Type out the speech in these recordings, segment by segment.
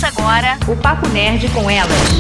Começa agora o Papo Nerd com elas.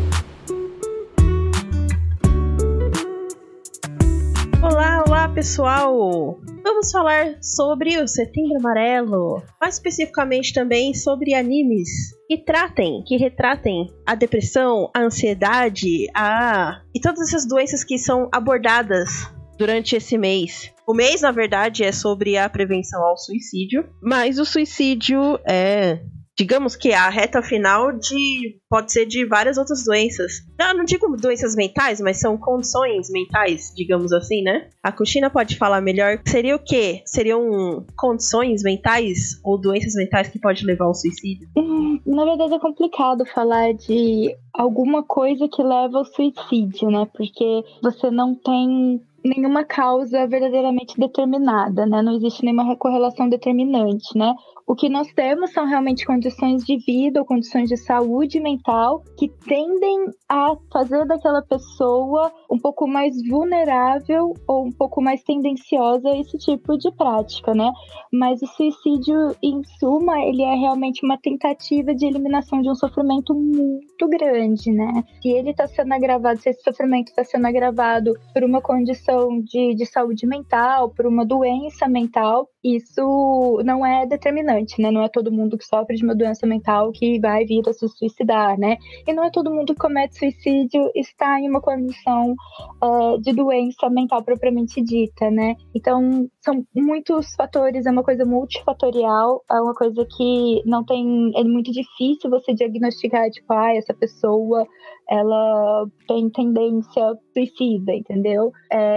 Olá pessoal! Vamos falar sobre o Setembro Amarelo, mais especificamente também sobre animes que retratem a depressão, a ansiedade, e todas essas doenças que são abordadas durante esse mês. O mês, na verdade, é sobre a prevenção ao suicídio, mas o suicídio é, digamos que a reta final pode ser de várias outras doenças. Não digo doenças mentais, mas são condições mentais, digamos assim, né? A Kushina pode falar melhor. Seria o quê? Seriam condições mentais ou doenças mentais que pode levar ao suicídio? Na verdade é complicado falar de alguma coisa que leva ao suicídio, né? Porque você não tem nenhuma causa verdadeiramente determinada, né? Não existe nenhuma correlação determinante, né? O que nós temos são realmente condições de vida ou condições de saúde mental que tendem a fazer daquela pessoa um pouco mais vulnerável ou um pouco mais tendenciosa a esse tipo de prática, né? Mas o suicídio, em suma, ele é realmente uma tentativa de eliminação de um sofrimento muito grande, né? Se ele está sendo agravado, se esse sofrimento está sendo agravado por uma condição de saúde mental, por uma doença mental, isso não é determinante, né? Não é todo mundo que sofre de uma doença mental que vai vir a se suicidar, né? E não é todo mundo que comete suicídio está em uma condição de doença mental propriamente dita, né? Então, são muitos fatores, é uma coisa multifatorial, é uma coisa que não tem... É muito difícil você diagnosticar, tipo, essa pessoa, ela tem tendência suicida, entendeu?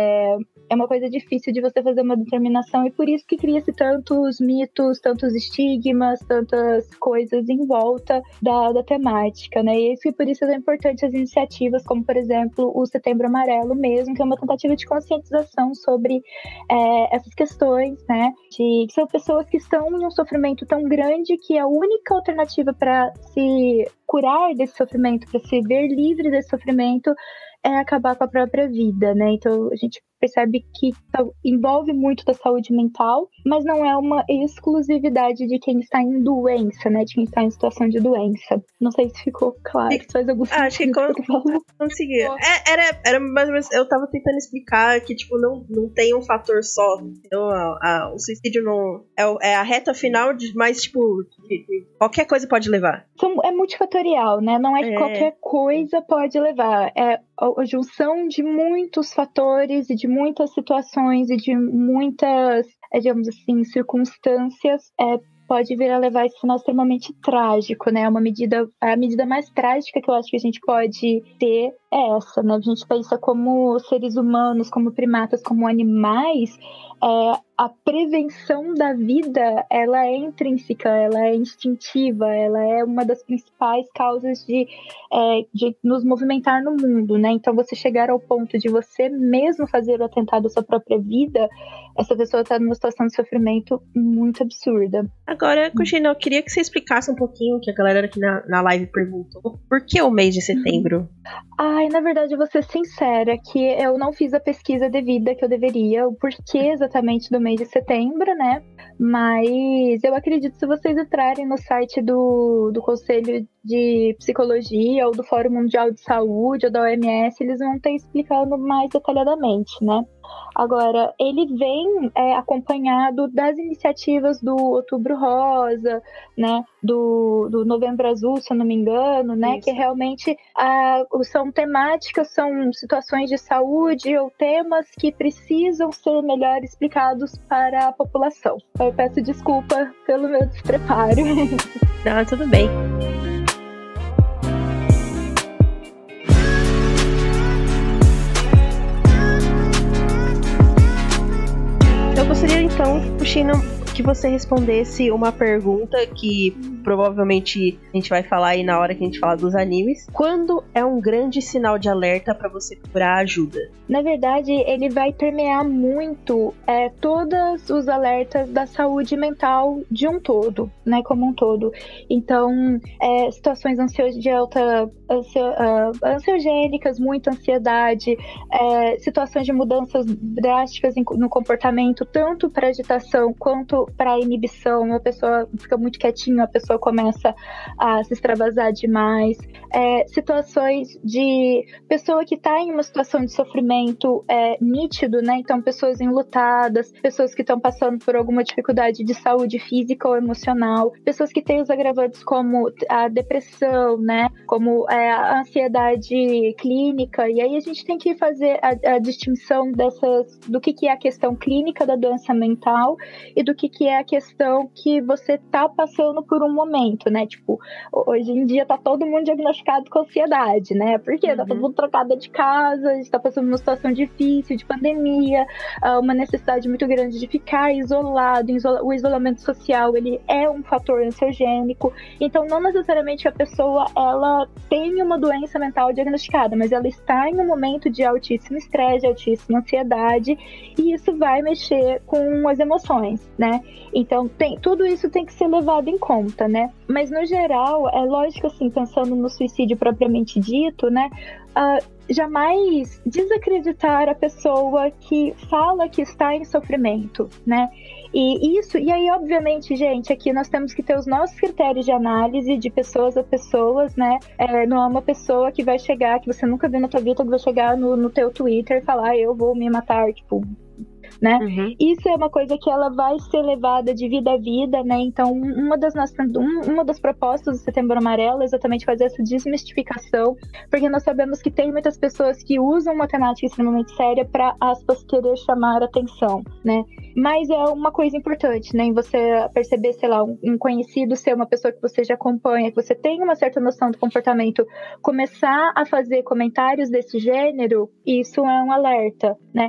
É uma coisa difícil de você fazer uma determinação e por isso que cria-se tantos mitos, tantos estigmas, tantas coisas em volta da temática, né? E por isso é importante as iniciativas como, por exemplo, o Setembro Amarelo mesmo, que é uma tentativa de conscientização sobre essas questões, né? Que são pessoas que estão em um sofrimento tão grande que a única alternativa para se curar desse sofrimento, para se ver livre desse sofrimento, é acabar com a própria vida, né? Então a gente percebe que envolve muito da saúde mental, mas não é uma exclusividade de quem está em doença, né? De quem está em situação de doença. Não sei se ficou claro, se faz algum sentido. Acho que conseguiu. Era mais ou menos... Eu tava tentando explicar que, tipo, não tem um fator só. Então, o suicídio não... É a reta final, mas, tipo, qualquer coisa pode levar. É multifatorial, né? Não é que qualquer coisa pode levar. É a junção de muitos fatores e de muitas situações e de muitas, digamos assim, circunstâncias pode vir a levar esse final extremamente trágico, né? A medida mais trágica que eu acho que a gente pode ter é essa, né? A gente pensa como seres humanos, como primatas, como animais, a prevenção da vida, ela é intrínseca, ela é instintiva, ela é uma das principais causas de nos movimentar no mundo, né? Então, você chegar ao ponto de você mesmo fazer o atentado à sua própria vida, essa pessoa está numa situação de sofrimento muito absurda. Agora, Kushina, eu queria que você explicasse um pouquinho, que a galera aqui na live perguntou, por que o mês de setembro? Na verdade, eu vou ser sincera, que eu não fiz a pesquisa devida que eu deveria, o porquê exatamente do mês de setembro, né? Mas eu acredito que se vocês entrarem no site do Conselho de Psicologia ou do Fórum Mundial de Saúde ou da OMS, eles vão ter explicando mais detalhadamente, né? Agora, ele vem acompanhado das iniciativas do Outubro Rosa, né, do Novembro Azul, se eu não me engano, né, que realmente são temáticas, são situações de saúde ou temas que precisam ser melhor explicados para a população. Eu peço desculpa pelo meu despreparo. Não, tudo bem. Eu gostaria então, Kushina, que você respondesse uma pergunta que provavelmente a gente vai falar aí na hora que a gente falar dos animes. Quando é um grande sinal de alerta para você procurar ajuda? Na verdade, ele vai permear muito todos os alertas da saúde mental de um todo, né, como um todo. Então, situações ansiogênicas, muita ansiedade, situações de mudanças drásticas no comportamento, tanto para agitação quanto para inibição. A pessoa fica muito quietinha, a pessoa pessoa começa a se extravasar demais. Situações de pessoa que está em uma situação de sofrimento nítido, né? Então, pessoas enlutadas, pessoas que estão passando por alguma dificuldade de saúde física ou emocional, pessoas que têm os agravantes como a depressão, né? Como a ansiedade clínica. E aí a gente tem que fazer a distinção do que é a questão clínica da doença mental e do que é a questão que você tá passando por um momento, né? Tipo, hoje em dia tá todo mundo diagnosticado com ansiedade, né? Porque tá todo mundo trocado de casa, a gente tá passando uma situação difícil, de pandemia, uma necessidade muito grande de ficar isolado. O isolamento social, ele é um fator ansiogênico. Então, não necessariamente a pessoa, ela tem uma doença mental diagnosticada, mas ela está em um momento de altíssimo estresse, de altíssima ansiedade, e isso vai mexer com as emoções, né? Então, tudo isso tem que ser levado em conta, né? Mas, no geral, é lógico, assim, pensando no suicídio propriamente dito, né? Jamais desacreditar a pessoa que fala que está em sofrimento, né? E aí, obviamente, gente, aqui nós temos que ter os nossos critérios de análise de pessoas a pessoas, né? Não é uma pessoa que vai chegar, que você nunca viu na tua vida, que vai chegar no teu Twitter e falar, eu vou me matar, tipo, né? Isso é uma coisa que ela vai ser levada de vida a vida, né? Então, uma das propostas do Setembro Amarelo é exatamente fazer essa desmistificação, porque nós sabemos que tem muitas pessoas que usam uma temática extremamente séria para, aspas, querer chamar atenção, né? Mas é uma coisa importante, né? Em você perceber, sei lá, um conhecido seu, uma pessoa que você já acompanha, que você tem uma certa noção do comportamento, começar a fazer comentários desse gênero, isso é um alerta, né?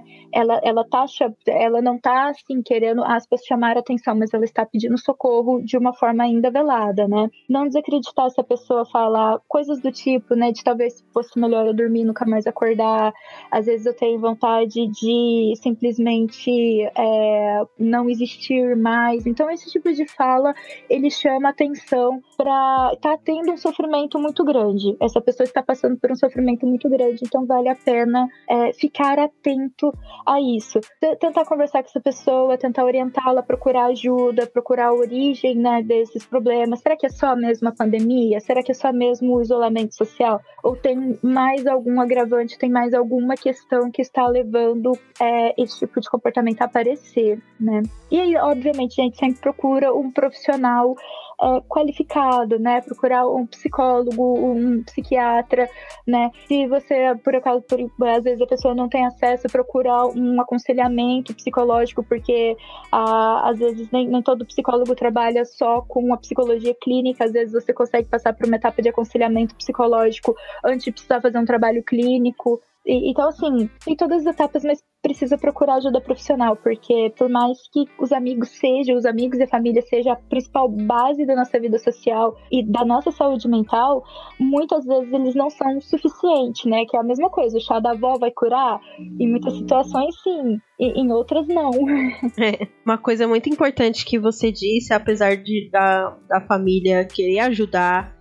Ela não tá, assim, querendo, aspas, chamar atenção, mas ela está pedindo socorro de uma forma ainda velada, né? Não desacreditar se a pessoa falar coisas do tipo, né? De talvez fosse melhor eu dormir e nunca mais acordar. Às vezes eu tenho vontade de simplesmente não existir mais. Então, esse tipo de fala, ele chama atenção para tá tendo um sofrimento muito grande. Essa pessoa está passando por um sofrimento muito grande, então vale a pena ficar atento a isso. Tentar conversar com essa pessoa, tentar orientá-la a procurar ajuda, procurar a origem, né, desses problemas. Será que é só mesmo a pandemia? Será que é só mesmo o isolamento social? Ou tem mais algum agravante, tem mais alguma questão que está levando esse tipo de comportamento a aparecer, né? E aí, obviamente, a gente sempre procura um profissional qualificado, né? Procurar um psicólogo, um psiquiatra, né? Se você, por acaso, às vezes a pessoa não tem acesso, procurar um aconselhamento psicológico, porque às vezes nem todo psicólogo trabalha só com a psicologia clínica, às vezes você consegue passar por uma etapa de aconselhamento psicológico antes de precisar fazer um trabalho clínico. Então, assim, tem todas as etapas, mas precisa procurar ajuda profissional, porque por mais que os amigos e a família seja a principal base da nossa vida social e da nossa saúde mental, muitas vezes eles não são o suficiente, né? Que é a mesma coisa, o chá da avó vai curar? Em muitas situações, sim. E em outras, não. Uma coisa muito importante que você disse, apesar da família querer ajudar,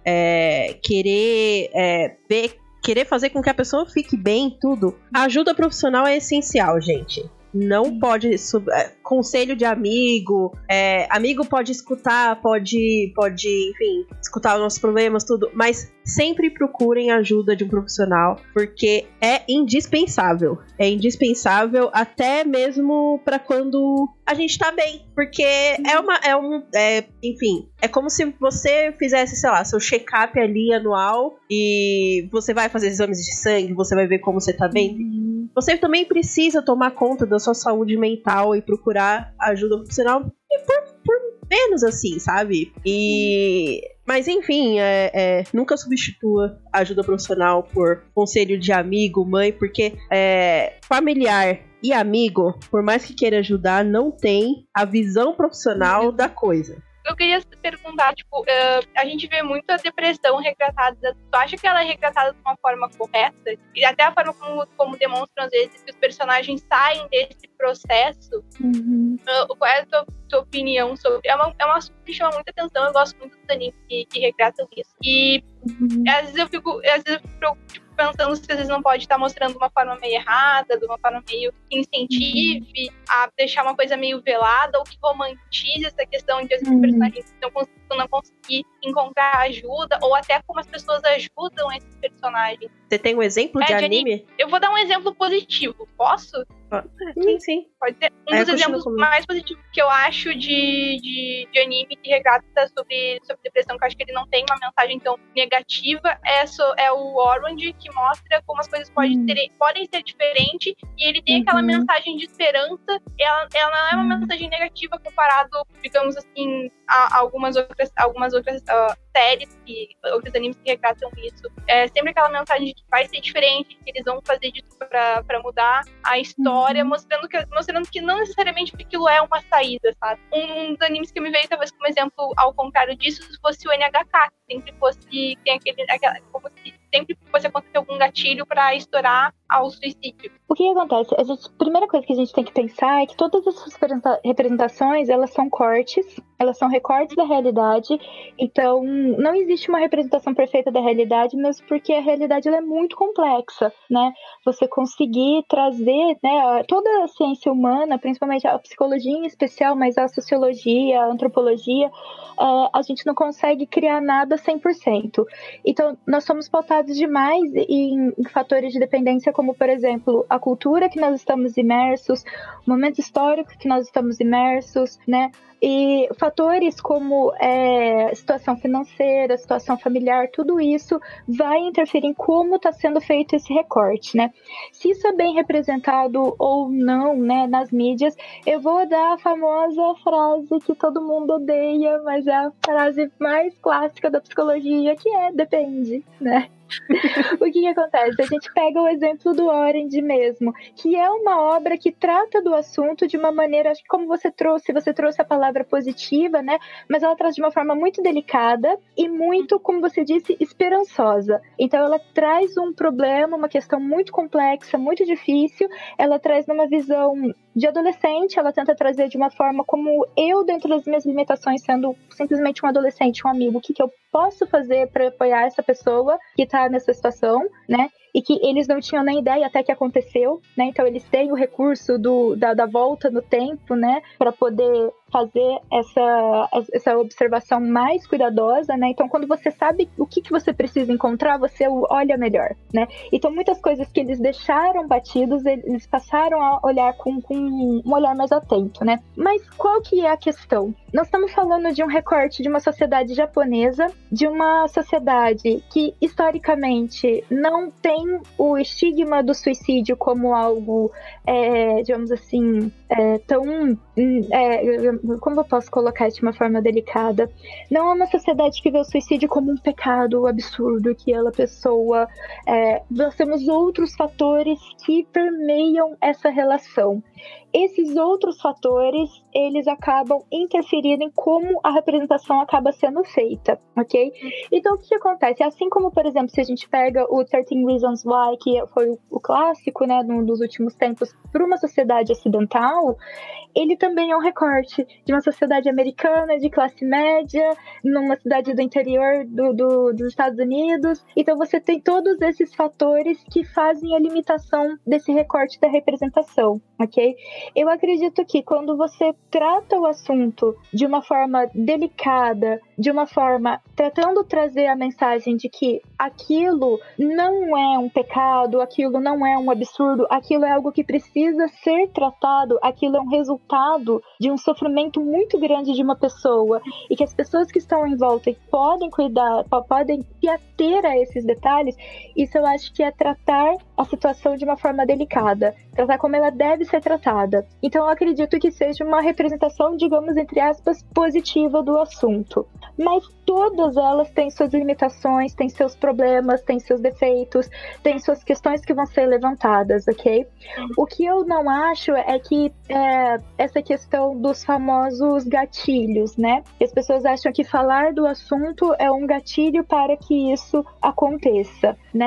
querer fazer com que a pessoa fique bem, tudo. A ajuda profissional é essencial, gente. Não pode... conselho de amigo. Amigo pode escutar, pode, enfim, escutar os nossos problemas, tudo. Mas sempre procurem a ajuda de um profissional, porque é indispensável. É indispensável até mesmo para quando a gente tá bem. Porque enfim, é como se você fizesse, sei lá, seu check-up ali anual e você vai fazer exames de sangue, você vai ver como você tá bem. Você também precisa tomar conta da sua saúde mental e procurar ajuda profissional por menos assim, sabe? Mas enfim, nunca substitua a ajuda profissional por conselho de amigo, mãe, porque familiar e amigo, por mais que queira ajudar, não tem a visão profissional da coisa. Eu queria perguntar, tipo, a gente vê muito a depressão retratada. Tu acha que ela é retratada de uma forma correta? E até a forma como demonstram, às vezes, que os personagens saem desse processo? Qual é a tua opinião sobre... É uma assunto que chama muita atenção. Eu gosto muito dos animes que retratam isso. E às vezes eu fico tipo, pensando se às vezes não pode estar mostrando de uma forma meio errada, de uma forma meio que incentive a deixar uma coisa meio velada, ou que romantize essa questão de às vezes personagens não conseguir encontrar ajuda, ou até como as pessoas ajudam esses personagens. Você tem um exemplo de anime? Eu vou dar um exemplo positivo, posso? Sim. Pode ser. Um dos exemplos mais positivos que eu acho de anime que retrata sobre depressão, que eu acho que ele não tem uma mensagem tão negativa, é o Orange, que mostra como as coisas podem ser diferentes, e ele tem aquela mensagem de esperança. Ela não é uma mensagem negativa comparado, digamos assim, a algumas outras séries, outros animes que retratam isso. É sempre aquela mensagem de que vai ser diferente, que eles vão fazer de tudo pra mudar a história, mostrando que não necessariamente aquilo é uma saída, sabe? Um dos animes que me veio, talvez como exemplo, ao contrário disso, fosse o NHK, que sempre fosse, como se sempre fosse acontecer algum gatilho pra estourar ao suicídio. O que acontece? A primeira coisa que a gente tem que pensar é que todas essas representações, elas são recortes da realidade. Então, não existe uma representação perfeita da realidade, mesmo porque a realidade ela é muito complexa, né? Você conseguir trazer, né, toda a ciência humana, principalmente a psicologia em especial, mas a sociologia, a antropologia, a gente não consegue criar nada 100%. Então, nós somos pautados demais em fatores de dependência, como, por exemplo, a cultura que nós estamos imersos, o momento histórico que nós estamos imersos, né? E fatores como situação financeira, situação familiar, tudo isso vai interferir em como está sendo feito esse recorte, né? Se isso é bem representado ou não, né, nas mídias, eu vou dar a famosa frase que todo mundo odeia, mas é a frase mais clássica da psicologia, que depende, né? O que acontece? A gente pega o exemplo do Orange mesmo, que é uma obra que trata do assunto de uma maneira, acho que como você trouxe a palavra positiva, né? Mas ela traz de uma forma muito delicada e muito, como você disse, esperançosa. Então ela traz um problema, uma questão muito complexa, muito difícil, ela traz numa visão de adolescente, ela tenta trazer de uma forma como eu, dentro das minhas limitações, sendo simplesmente um adolescente, um amigo, o que eu posso fazer para apoiar essa pessoa que está nessa situação, né? E que eles não tinham nem ideia até que aconteceu, né? Então eles têm o recurso da volta no tempo, né? Para poder fazer essa observação mais cuidadosa, né? Então quando você sabe o que você precisa encontrar, você olha melhor, né? Então muitas coisas que eles deixaram batidos, eles passaram a olhar com um olhar mais atento, né? Mas qual que é a questão? Nós estamos falando de um recorte de uma sociedade japonesa, de uma sociedade que historicamente não tem o estigma do suicídio como algo, digamos assim, tão... como eu posso colocar isso de uma forma delicada? Não é uma sociedade que vê o suicídio como um pecado absurdo, que a pessoa... nós temos outros fatores que permeiam essa relação. Esses outros fatores, eles acabam interferindo em como a representação acaba sendo feita, ok? Então, o que acontece? Assim como, por exemplo, se a gente pega o 13 Reasons Why, que foi o clássico, né, dos últimos tempos, para uma sociedade ocidental, ele também é um recorte de uma sociedade americana, de classe média, numa cidade do interior dos Estados Unidos. Então, você tem todos esses fatores que fazem a limitação desse recorte da representação, ok? Eu acredito que quando você trata o assunto de uma forma delicada, de uma forma tentando trazer a mensagem de que aquilo não é um pecado, aquilo não é um absurdo, aquilo é algo que precisa ser tratado, aquilo é um resultado de um sofrimento muito grande de uma pessoa, e que as pessoas que estão em volta podem cuidar, podem se ater a esses detalhes, isso eu acho que é tratar a situação de uma forma delicada, tratar como ela deve ser tratada. Então eu acredito que seja uma representação, digamos, entre aspas, positiva do assunto. Mas todas elas têm suas limitações, têm seus problemas, têm seus defeitos, têm suas questões que vão ser levantadas, ok? O que eu não acho é que essa questão dos famosos gatilhos, né? As pessoas acham que falar do assunto é um gatilho para que isso aconteça, né?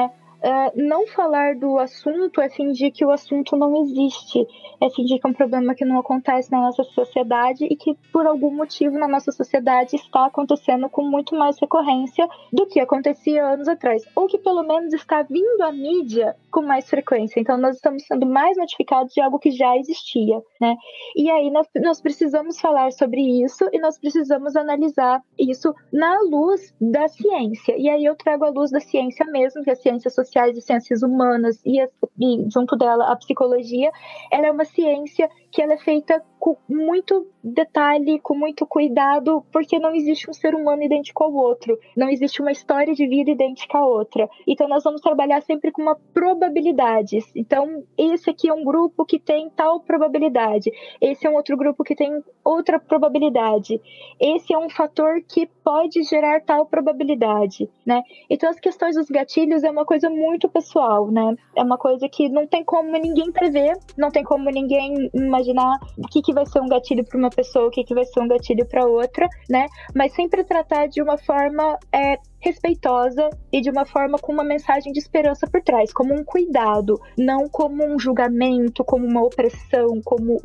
não falar do assunto é fingir que o assunto não existe, é fingir que é um problema que não acontece na nossa sociedade e que por algum motivo na nossa sociedade está acontecendo com muito mais recorrência do que acontecia anos atrás, ou que pelo menos está vindo à mídia com mais frequência. Então nós estamos sendo mais notificados de algo que já existia, né? E aí nós precisamos falar sobre isso e nós precisamos analisar isso na luz da ciência. E aí eu trago a luz da ciência mesmo, que é ciências sociais e ciências humanas e junto dela a psicologia. Ela é uma ciência que ela é feita com muito detalhe, com muito cuidado, porque não existe um ser humano idêntico ao outro, não existe uma história de vida idêntica à outra. Então nós vamos trabalhar sempre com uma probabilidade. Então esse aqui é um grupo que tem tal probabilidade, esse é um outro grupo que tem outra probabilidade, esse é um fator que pode gerar tal probabilidade, né? Então as questões dos gatilhos é uma coisa muito pessoal, né? É uma coisa que não tem como ninguém prever, não tem como ninguém imaginar o que vai ser um gatilho para uma pessoa, o que vai ser um gatilho para outra, né? Mas sempre tratar de uma forma respeitosa e de uma forma com uma mensagem de esperança por trás, como um cuidado, não como um julgamento, como uma opressão, como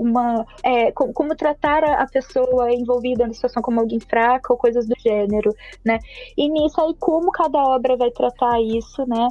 como tratar a pessoa envolvida na situação como alguém fraca ou coisas do gênero, né? E nisso aí, como cada obra vai tratar isso, né?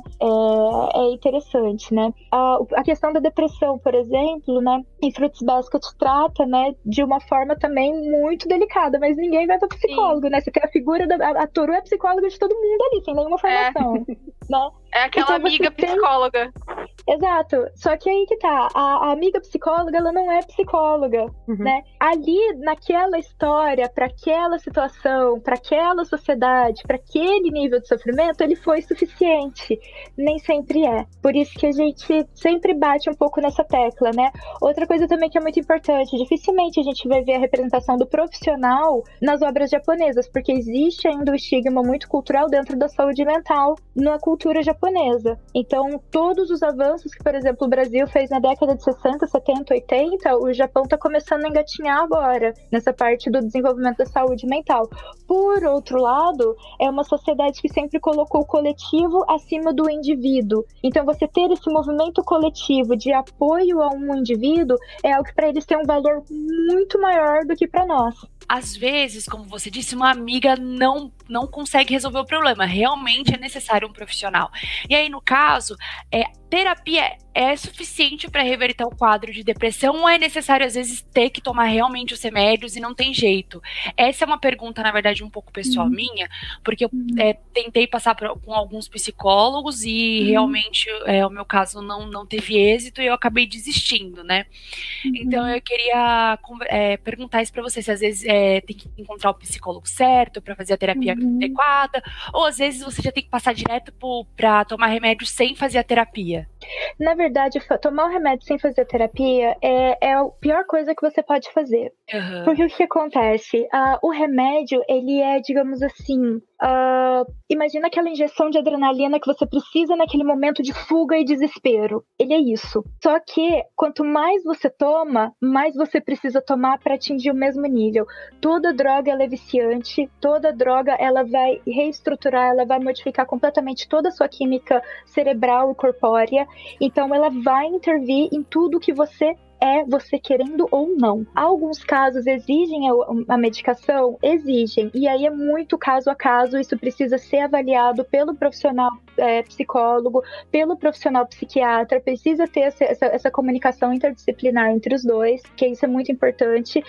É interessante, né? A questão da depressão, por exemplo, né? Em Fruits Basket trata, né? De uma forma também muito delicada, mas ninguém vai para psicólogo, né? Você tem a figura a Toru é psicóloga de todo mundo ali, sem nenhuma formação, né? É aquela então, amiga psicóloga. Exato, só que aí que tá, a amiga psicóloga, ela não é psicóloga, né? Ali, naquela história, para aquela situação, para aquela sociedade, para aquele nível de sofrimento, ele foi suficiente. Nem sempre é. Por isso que a gente sempre bate um pouco nessa tecla, né? Outra coisa também que é muito importante, dificilmente a gente vai ver a representação do profissional nas obras japonesas, porque existe ainda um estigma muito cultural dentro da saúde mental na cultura japonesa. Então, todos os avanços que, por exemplo, o Brasil fez na década de 60, 70, 80, o Japão está começando a engatinhar agora, nessa parte do desenvolvimento da saúde mental. Por outro lado, é uma sociedade que sempre colocou o coletivo acima do indivíduo. Então, você ter esse movimento coletivo de apoio a um indivíduo é algo que para eles tem um valor muito maior do que para nós. Às vezes, como você disse, uma amiga não consegue resolver o problema. Realmente é necessário um profissional. E aí, no caso, terapia é suficiente para reverter o quadro de depressão ou é necessário, às vezes, ter que tomar realmente os remédios e não tem jeito? Essa é uma pergunta, na verdade, um pouco pessoal minha, porque eu tentei passar com alguns psicólogos e realmente o meu caso não teve êxito e eu acabei desistindo, né? Então, eu queria perguntar isso para você, se às vezes tem que encontrar o psicólogo certo para fazer a terapia adequada, ou às vezes você já tem que passar direto para tomar remédio sem fazer a terapia. Na verdade, tomar o remédio sem fazer a terapia é a pior coisa que você pode fazer. Porque o que acontece? O remédio, ele é, digamos assim, imagina aquela injeção de adrenalina que você precisa naquele momento de fuga e desespero. Ele é isso. Só que, quanto mais você toma, mais você precisa tomar para atingir o mesmo nível. Toda droga, ela é viciante. Toda droga, ela vai reestruturar, ela vai modificar completamente toda a sua química cerebral e corpórea. Então, ela vai intervir em tudo que você você querendo ou não. Alguns casos exigem a medicação? Exigem. E aí é muito caso a caso, isso precisa ser avaliado pelo profissional psicólogo, pelo profissional psiquiatra, precisa ter essa comunicação interdisciplinar entre os dois, que isso é muito importante.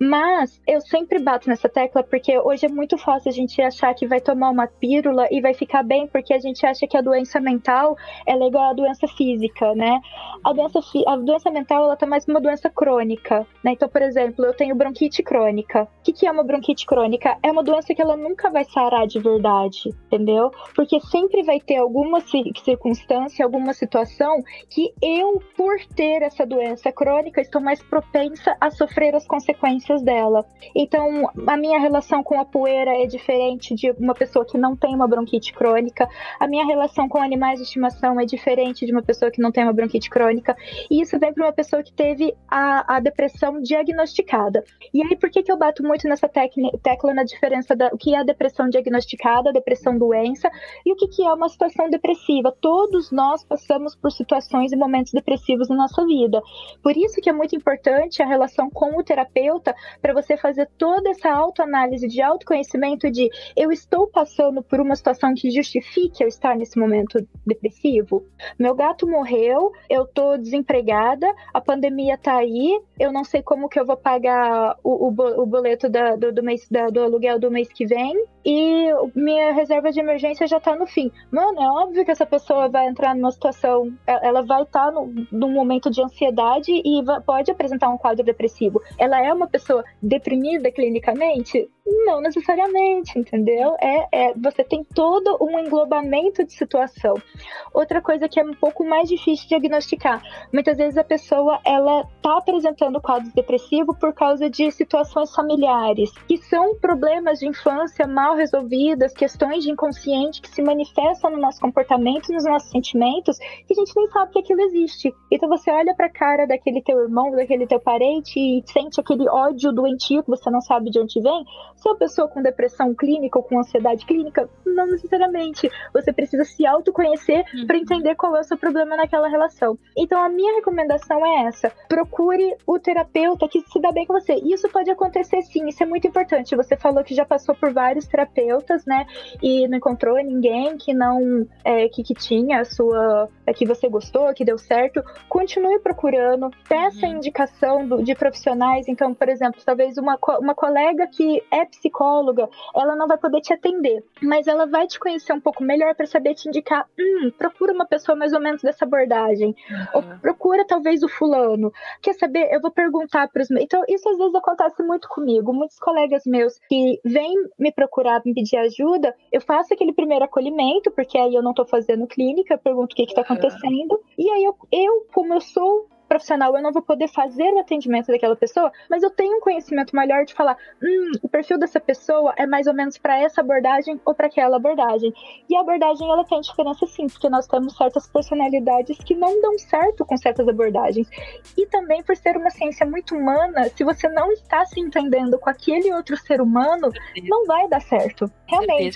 Mas eu sempre bato nessa tecla, porque hoje é muito fácil a gente achar que vai tomar uma pílula e vai ficar bem, porque a gente acha que a doença mental ela é igual à doença física, né? A doença mental, ela tá mais uma doença crônica, né? Então, por exemplo, eu tenho bronquite crônica. O que é uma bronquite crônica? É uma doença que ela nunca vai sarar de verdade, entendeu? Porque sempre vai ter alguma circunstância, alguma situação que eu, por ter essa doença crônica, estou mais propensa a sofrer as consequências dela. Então, a minha relação com a poeira é diferente de uma pessoa que não tem uma bronquite crônica. A minha relação com animais de estimação é diferente de uma pessoa que não tem uma bronquite crônica. E isso vem para uma pessoa que teve teve a depressão diagnosticada. E aí, por que eu bato muito nessa tecla na diferença do que é a depressão diagnosticada, a depressão doença, e o que é uma situação depressiva? Todos nós passamos por situações e momentos depressivos na nossa vida. Por isso que é muito importante a relação com o terapeuta, para você fazer toda essa autoanálise de autoconhecimento de eu estou passando por uma situação que justifique eu estar nesse momento depressivo. Meu gato morreu, eu tô desempregada, a pandemia tá aí, eu não sei como que eu vou pagar o boleto do aluguel do mês que vem, e minha reserva de emergência já tá no fim. Mano, é óbvio que essa pessoa vai entrar numa situação, ela vai estar num momento de ansiedade e pode apresentar um quadro depressivo. Ela é uma pessoa deprimida clinicamente? Não necessariamente, entendeu? Você tem todo um englobamento de situação. Outra coisa que é um pouco mais difícil de diagnosticar, muitas vezes a pessoa ela tá apresentando quadros depressivos por causa de situações familiares, que são problemas de infância mal resolvidas, questões de inconsciente que se manifestam no nosso comportamento, nos nossos sentimentos, que a gente nem sabe que aquilo existe. Então você olha pra cara daquele teu irmão, daquele teu parente e sente aquele ódio doentio que você não sabe de onde vem. Se é uma pessoa com depressão clínica ou com ansiedade clínica, não necessariamente. Você precisa se autoconhecer para entender qual é o seu problema naquela relação. Então a minha recomendação é essa: procure o terapeuta que se dá bem com você. Isso pode acontecer sim, isso é muito importante. Você falou que já passou por vários terapeutas, né, e não encontrou ninguém que não que tinha a sua, que você gostou, que deu certo. Continue procurando, peça indicação de profissionais. Então, por exemplo, talvez uma colega que é psicóloga, ela não vai poder te atender, mas ela vai te conhecer um pouco melhor para saber te indicar, procura uma pessoa mais ou menos dessa abordagem, ou procura talvez o fulano. Quer saber? Eu vou perguntar para os meus. Então, isso às vezes acontece muito comigo. Muitos colegas meus que vêm me procurar, me pedir ajuda, eu faço aquele primeiro acolhimento, porque aí eu não estou fazendo clínica, eu pergunto o que está acontecendo, e aí eu, como eu sou profissional, eu não vou poder fazer o atendimento daquela pessoa, mas eu tenho um conhecimento melhor de falar, o perfil dessa pessoa é mais ou menos para essa abordagem ou para aquela abordagem. E a abordagem, ela tem diferença sim, porque nós temos certas personalidades que não dão certo com certas abordagens. E também por ser uma ciência muito humana, se você não está se entendendo com aquele outro ser humano, não vai dar certo. Realmente.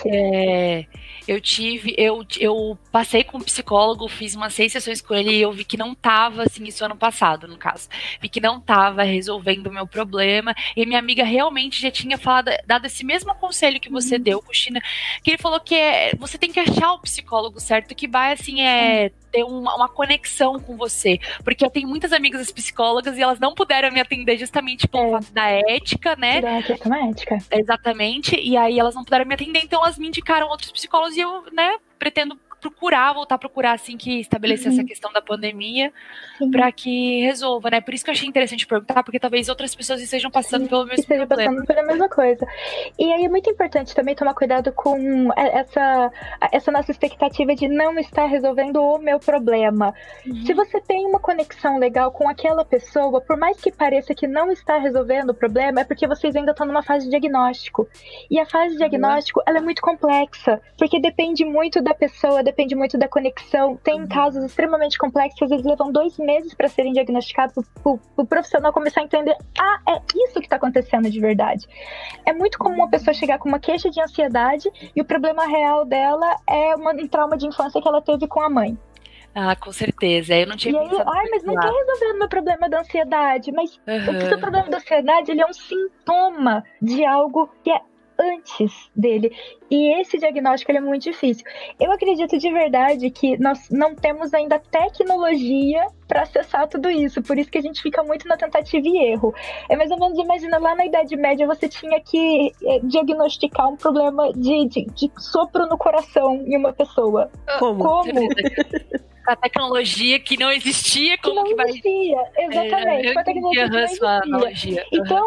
Eu passei com um psicólogo, fiz umas 6 sessões com ele e eu vi que não tava, assim, isso ano passado, no caso. Vi que não tava resolvendo o meu problema. E a minha amiga realmente já tinha dado esse mesmo conselho que você deu, Cristina, que ele falou que você tem que achar o psicólogo certo, que vai, assim, ter uma conexão com você. Porque eu tenho muitas amigas psicólogas e elas não puderam me atender justamente pelo fato da ética, né? Da questão ética. Exatamente. E aí elas não puderam me atender, então elas me indicaram outros psicólogos e eu, né, pretendo voltar a procurar, assim, que estabelecer essa questão da pandemia para que resolva, né? Por isso que eu achei interessante perguntar, porque talvez outras pessoas estejam passando pelo mesmo problema. Passando pela mesma coisa. E aí é muito importante também tomar cuidado com essa nossa expectativa de não estar resolvendo o meu problema. Se você tem uma conexão legal com aquela pessoa, por mais que pareça que não está resolvendo o problema, é porque vocês ainda estão numa fase de diagnóstico. E a fase de diagnóstico, ela é muito complexa, porque depende muito da pessoa, depende muito da conexão. Tem casos extremamente complexos, às vezes levam 2 meses para serem diagnosticados, o profissional começar a entender, é isso que está acontecendo de verdade. É muito comum uma pessoa chegar com uma queixa de ansiedade e o problema real dela é um trauma de infância que ela teve com a mãe. Ah, com certeza. Eu não tinha pensado. Mas não tô resolvendo meu problema da ansiedade. Mas o seu problema da ansiedade, ele é um sintoma de algo que é antes dele. E esse diagnóstico, ele é muito difícil. Eu acredito de verdade que nós não temos ainda tecnologia para acessar tudo isso. Por isso que a gente fica muito na tentativa e erro. É mais ou menos, imagina, lá na Idade Média você tinha que diagnosticar um problema de sopro no coração em uma pessoa. Como? A tecnologia que não existia, como que vai... Exatamente. Eu entendi a sua analogia. Então,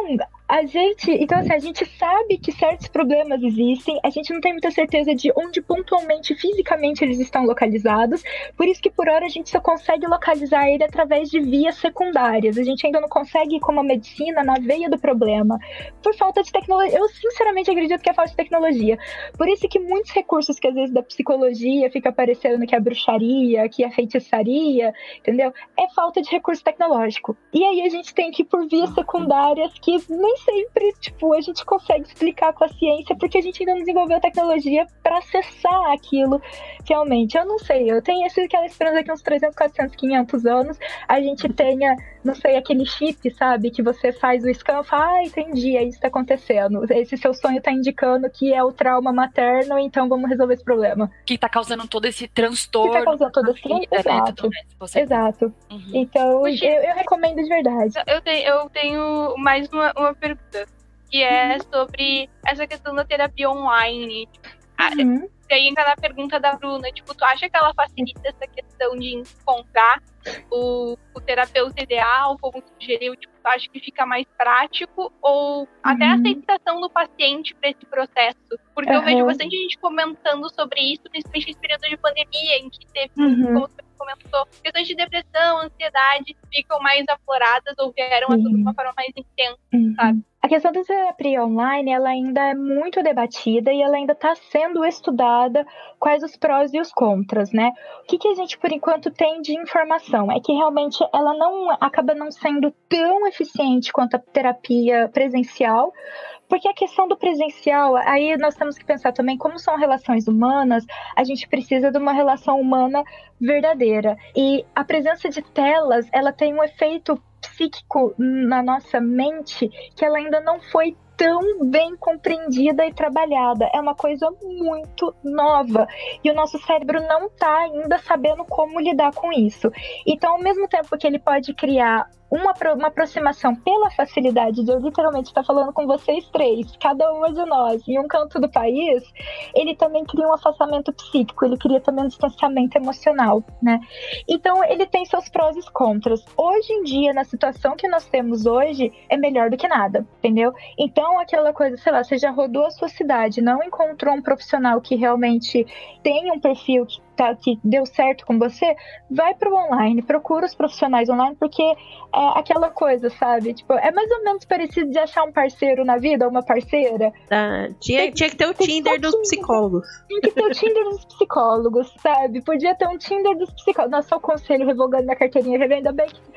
Então assim, a gente sabe que certos problemas existem, a gente não tem muita certeza de onde pontualmente, fisicamente eles estão localizados, por isso que por hora a gente só consegue localizar ele através de vias secundárias, a gente ainda não consegue ir como a medicina na veia do problema, por falta de tecnologia. Eu sinceramente acredito que é falta de tecnologia, por isso que muitos recursos que às vezes da psicologia fica aparecendo que é bruxaria, que é feitiçaria, entendeu? É falta de recurso tecnológico. E aí a gente tem que ir por vias secundárias que nem sempre, tipo, a gente consegue explicar com a ciência, porque a gente ainda não desenvolveu tecnologia para acessar aquilo realmente. Eu não sei, eu tenho aquela esperança que uns 300, 400, 500 anos a gente tenha, não sei, aquele chip, sabe, que você faz o scan e fala, entendi, é isso que tá acontecendo. Esse seu sonho tá indicando que é o trauma materno, então vamos resolver esse problema. Que tá causando todo esse transtorno. Que tá causando todo esse transtorno. Exato. Uhum. Então, eu recomendo de verdade. Eu tenho mais uma pergunta, que é sobre essa questão da terapia online. Uhum. E aí entra na pergunta da Bruna, tipo, tu acha que ela facilita essa questão de encontrar o terapeuta ideal, como tu sugeriu, tipo, tu acha que fica mais prático, ou até a aceitação do paciente para esse processo? Porque eu vejo bastante gente comentando sobre isso, principalmente nesse período de pandemia, em que teve, como você comentou, questões de depressão, ansiedade, ficam mais afloradas ou vieram a tudo de uma forma mais intensa, sabe? A questão da terapia online, ela ainda é muito debatida e ela ainda está sendo estudada quais os prós e os contras, né? O que a gente, por enquanto, tem de informação é que realmente ela acaba não sendo tão eficiente quanto a terapia presencial, porque a questão do presencial, aí nós temos que pensar também como são relações humanas, a gente precisa de uma relação humana verdadeira. E a presença de telas, ela tem um efeito psíquico na nossa mente que ela ainda não foi tão bem compreendida e trabalhada. É uma coisa muito nova. E o nosso cérebro não está ainda sabendo como lidar com isso. Então, ao mesmo tempo que ele pode criar uma aproximação pela facilidade de eu literalmente estar falando com vocês três, cada uma de nós, em um canto do país, ele também cria um afastamento psíquico, ele cria também um distanciamento emocional, né? Então, ele tem seus prós e contras. Hoje em dia, na situação que nós temos hoje, é melhor do que nada, entendeu? Então, aquela coisa, sei lá, você já rodou a sua cidade, não encontrou um profissional que realmente tem um perfil que deu certo com você, vai pro online, procura os profissionais online, porque é aquela coisa, sabe? Tipo, é mais ou menos parecido de achar um parceiro na vida, ou uma parceira. Tinha que ter o Tinder dos psicólogos. Tem que ter o Tinder dos psicólogos, sabe? Podia ter um Tinder dos psicólogos. Nossa, só o conselho revogando minha carteirinha, ainda bem que...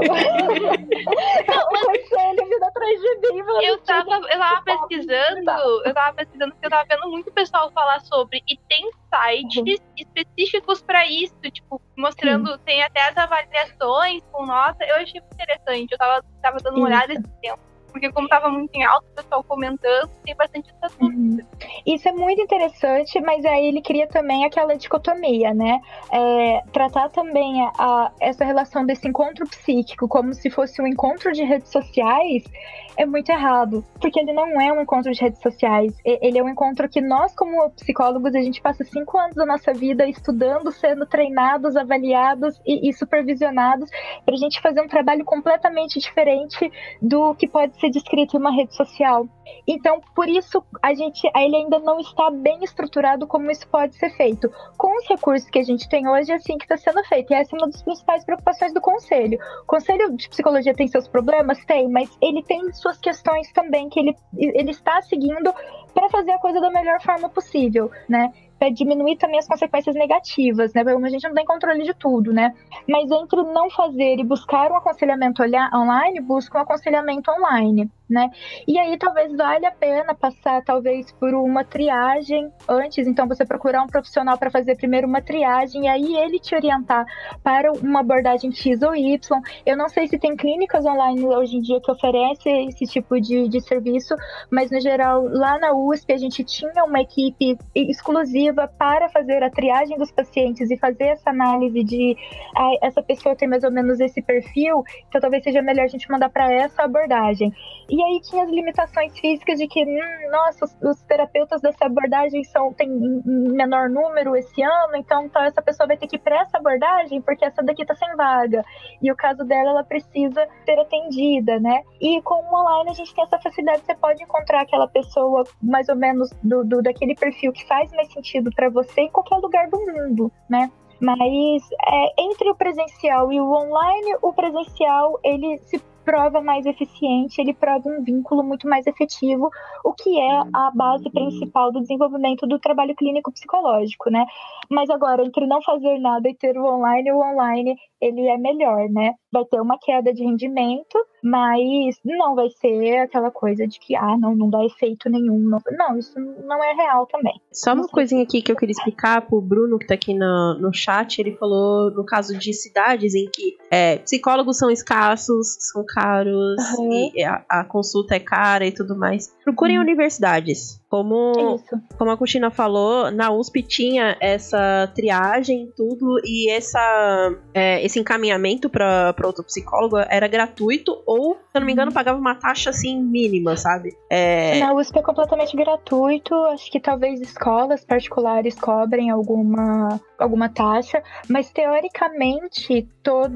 o conselho vindo atrás de mim. Eu tava pesquisando porque eu tava vendo muito pessoal falar sobre, e tem sites específicos para isso, tipo, mostrando, tem até as avaliações com nota. Eu achei muito interessante, eu tava dando uma olhada esse tempo, porque como tava muito em alta, o pessoal comentando, tem bastante essa dúvida. Isso é muito interessante, mas aí ele cria também aquela dicotomia, né? Tratar também essa relação desse encontro psíquico como se fosse um encontro de redes sociais é muito errado, porque ele não é um encontro de redes sociais, ele é um encontro que nós, como psicólogos, a gente passa 5 anos da nossa vida estudando, sendo treinados, avaliados e supervisionados para a gente fazer um trabalho completamente diferente do que pode ser descrito em uma rede social. Então, por isso, ele ainda não está bem estruturado como isso pode ser feito. Com os recursos que a gente tem hoje, é assim que está sendo feito. E essa é uma das principais preocupações do Conselho. O Conselho de Psicologia tem seus problemas? Tem, mas ele tem suas questões também que ele está seguindo para fazer a coisa da melhor forma possível, né? Para diminuir também as consequências negativas, né? Porque a gente não tem controle de tudo, né? Mas entre não fazer e buscar um aconselhamento online, busca um aconselhamento online, né? E aí talvez valha a pena passar talvez por uma triagem antes, então você procurar um profissional para fazer primeiro uma triagem e aí ele te orientar para uma abordagem X ou Y. Eu não sei se tem clínicas online hoje em dia que oferecem esse tipo de serviço, mas no geral lá na USP a gente tinha uma equipe exclusiva para fazer a triagem dos pacientes e fazer essa análise de essa pessoa tem mais ou menos esse perfil, então talvez seja melhor a gente mandar para essa abordagem. E aí tinha as limitações físicas de que, nossa, os terapeutas dessa abordagem têm menor número esse ano, então essa pessoa vai ter que ir para essa abordagem porque essa daqui tá sem vaga. E o caso dela, ela precisa ser atendida, né? E com o online a gente tem essa facilidade, você pode encontrar aquela pessoa mais ou menos daquele perfil que faz mais sentido para você em qualquer lugar do mundo, né? Mas entre o presencial e o online, o presencial, ele se prova mais eficiente, ele prova um vínculo muito mais efetivo, o que é a base principal do desenvolvimento do trabalho clínico psicológico, né? Mas agora, entre não fazer nada e ter o online ele é melhor, né? Vai ter uma queda de rendimento, mas não vai ser aquela coisa de que, não dá efeito nenhum. Não, isso não é real também. Só uma coisinha aqui que eu queria explicar pro Bruno, que tá aqui no chat. Ele falou, no caso de cidades em que psicólogos são escassos, são caros, e a consulta é cara e tudo mais. Procurem universidades. Como a Cristina falou, na USP tinha essa triagem, tudo, e esse encaminhamento para outro psicólogo era gratuito, ou, se eu não me engano, pagava uma taxa assim mínima, sabe? Na USP é completamente gratuito. Acho que talvez escolas particulares cobrem alguma taxa, mas teoricamente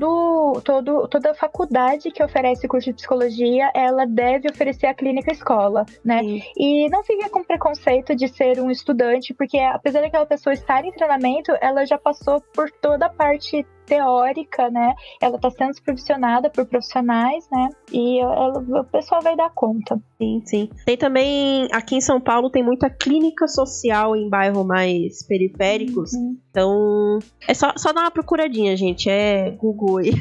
toda faculdade que oferece curso de psicologia, ela deve oferecer a clínica escola, né? Sim. E não fique com preconceito de ser um estudante, porque apesar daquela pessoa estar em treinamento, ela já passou por toda a parte teórica, né? Ela está sendo supervisionada por profissionais, né? E o pessoal vai dar conta. Sim. Tem também, aqui em São Paulo, tem muita clínica social em bairros mais periféricos. Então, é só dar uma procuradinha, gente. Google aí.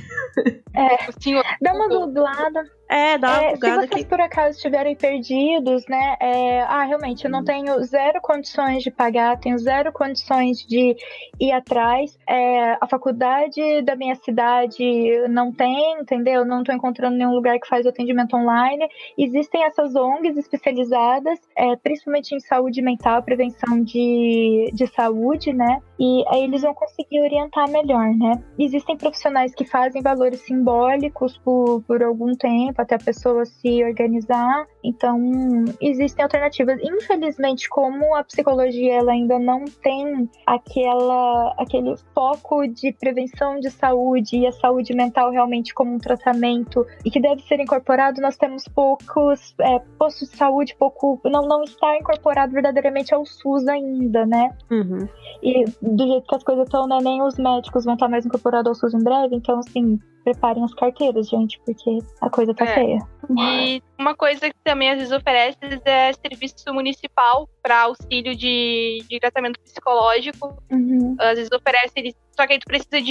Dá uma googlada. Dá uma bugada. Se vocês por acaso estiverem perdidos, né? Realmente, eu não tenho zero condições de pagar, tenho zero condições de ir atrás. A faculdade da minha cidade não tem, entendeu? Não estou encontrando nenhum lugar que faz o atendimento online. Existem essas ONGs especializadas, principalmente em saúde mental, prevenção de saúde, né? E aí eles vão conseguir orientar melhor, né? Existem profissionais que fazem valores simbólicos por algum tempo, até a pessoa se organizar. Então, existem alternativas. Infelizmente, como a psicologia ela ainda não tem aquele foco de prevenção de saúde e a saúde mental realmente como um tratamento e que deve ser incorporado, nós temos poucos postos de saúde, não está incorporado verdadeiramente ao SUS ainda, né? E do jeito que as coisas estão, né, nem os médicos vão estar mais incorporados ao SUS em breve, então, assim, preparem as carteiras, gente, porque a coisa tá feia. E uma coisa que também às vezes oferece é serviço municipal para auxílio de tratamento psicológico. Às vezes oferece, só que aí tu precisa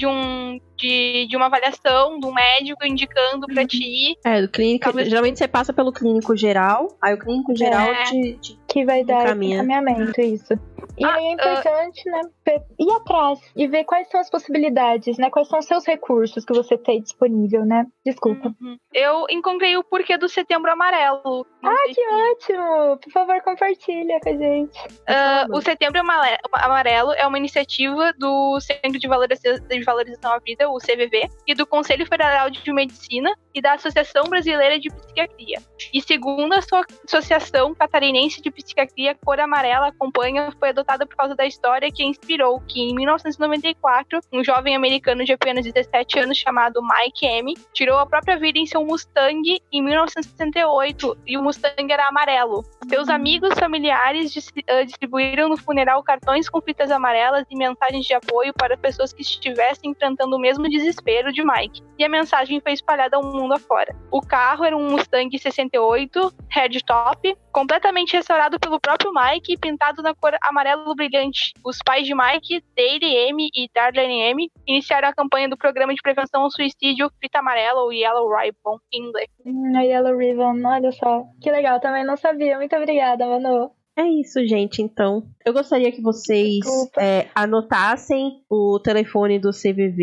de uma avaliação de um médico indicando pra ti ir. Do clínico, geralmente você passa pelo clínico geral, aí o clínico geral que vai dar encaminhamento, isso. E aí é importante, né, ir atrás e ver quais são as possibilidades, né, quais são os seus recursos que você tem disponível, né? Desculpa. Eu encontrei o porquê do Setembro Amarelo. Que ótimo! Por favor, compartilha com a gente. O Setembro Amarelo é uma iniciativa do Centro de Valorização à Vida, o CVV, e do Conselho Federal de Medicina e da Associação Brasileira de Psiquiatria. E segundo a Associação Catarinense de Psiquiatria, a cor amarela acompanha foi adotada por causa da história que inspirou que, em 1994, um jovem americano de apenas 17 anos chamado Mike M. tirou a própria vida em seu Mustang em 1968, e o Mustang era amarelo. Seus amigos familiares distribuíram no funeral cartões com fitas amarelas e mensagens de apoio para pessoas que estivessem enfrentando o mesmo desespero de Mike. E a mensagem foi espalhada ao mundo afora. O carro era um Mustang 68, hardtop, completamente restaurado pelo próprio Mike e pintado na cor amarelo brilhante. Os pais de Mike, Dale M. e Darlene M., iniciaram a campanha do Programa de Prevenção ao Suicídio Fita Amarela, ou Yellow Ribbon, em inglês. A Yellow Ribbon, olha só. Que legal, também não sabia. Muito obrigada, Manu. É isso, gente, então. Eu gostaria que vocês anotassem o telefone do CVV.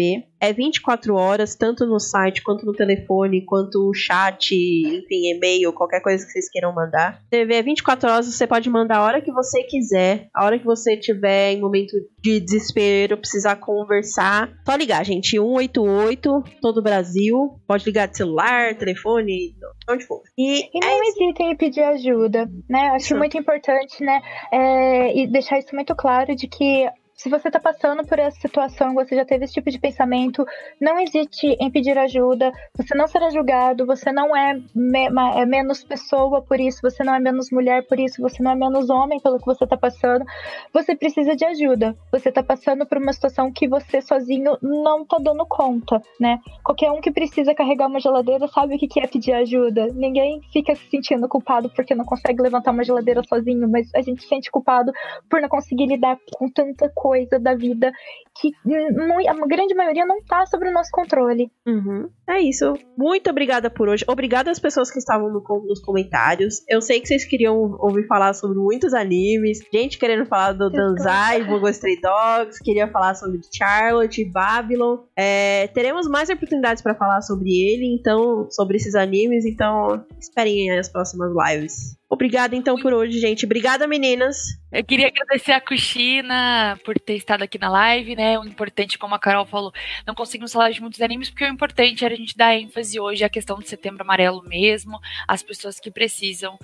é 24 horas, tanto no site, quanto no telefone, quanto chat, enfim, e-mail, qualquer coisa que vocês queiram mandar. TV é 24 horas, você pode mandar a hora que você quiser, a hora que você tiver em momento de desespero, precisar conversar. Só ligar, gente, 188, todo o Brasil. Pode ligar de celular, telefone, onde for. E não hesitem em pedir ajuda, né? Acho muito importante, né? E deixar isso muito claro de que se você está passando por essa situação, você já teve esse tipo de pensamento, não hesite em pedir ajuda, você não será julgado, você não é menos pessoa por isso, você não é menos mulher por isso, você não é menos homem pelo que você está passando, você precisa de ajuda, você está passando por uma situação que você sozinho não está dando conta, né? Qualquer um que precisa carregar uma geladeira sabe o que é pedir ajuda, ninguém fica se sentindo culpado porque não consegue levantar uma geladeira sozinho, mas a gente se sente culpado por não conseguir lidar com tanta coisa da vida que a grande maioria não tá sobre o nosso controle. É isso. Muito obrigada por hoje. Obrigada às pessoas que estavam nos comentários. Eu sei que vocês queriam ouvir falar sobre muitos animes. Gente querendo falar do Danzai, Bungo Stray Dogs. Queria falar sobre Charlotte, Babylon. Teremos mais oportunidades para falar sobre ele, então, sobre esses animes. Então, esperem aí as próximas lives. Obrigada, então, por hoje, gente. Obrigada, meninas. Eu queria agradecer a Kushina por ter estado aqui na live, né? O importante, como a Carol falou, não conseguimos falar de muitos animes, porque o importante era a gente dar ênfase hoje à questão do Setembro Amarelo mesmo, as pessoas que precisam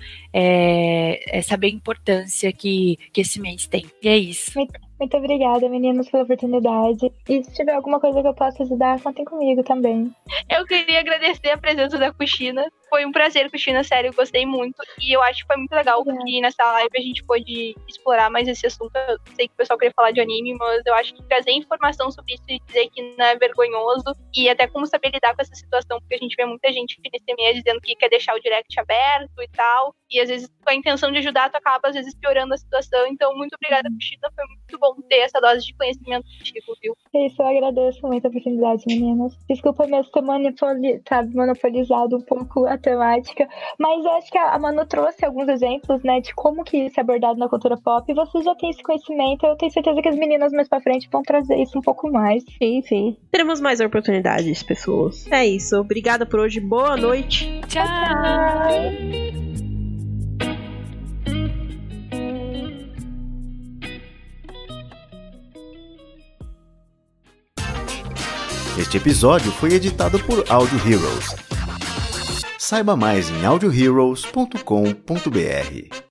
saber a importância que esse mês tem. E é isso. Muito obrigada, meninas, pela oportunidade. E se tiver alguma coisa que eu possa ajudar, contem comigo também. Eu queria agradecer a presença da Kushina. Foi um prazer, Kushina, sério, eu gostei muito. E eu acho que foi muito legal que nessa live a gente pôde explorar mais esse assunto. Eu sei que o pessoal queria falar de anime, mas eu acho que trazer informação sobre isso e dizer que não é vergonhoso. E até como saber lidar com essa situação, porque a gente vê muita gente nesse meio dizendo que quer deixar o direct aberto e tal. E às vezes, com a intenção de ajudar, tu acaba às vezes piorando a situação. Então, muito obrigada, Kushina, foi muito bom ter essa dose de conhecimento contigo, viu? É isso, eu agradeço muito a oportunidade, meninas. Desculpa mesmo ter monopolizado um pouco a temática, mas eu acho que a Manu trouxe alguns exemplos, né, de como que isso é abordado na cultura pop, e você já tem esse conhecimento, eu tenho certeza que as meninas mais pra frente vão trazer isso um pouco mais. Enfim, teremos mais oportunidades, pessoas. É isso, obrigada por hoje, boa noite. Tchau! Este episódio foi editado por Audio Heroes. Saiba mais em audioheroes.com.br.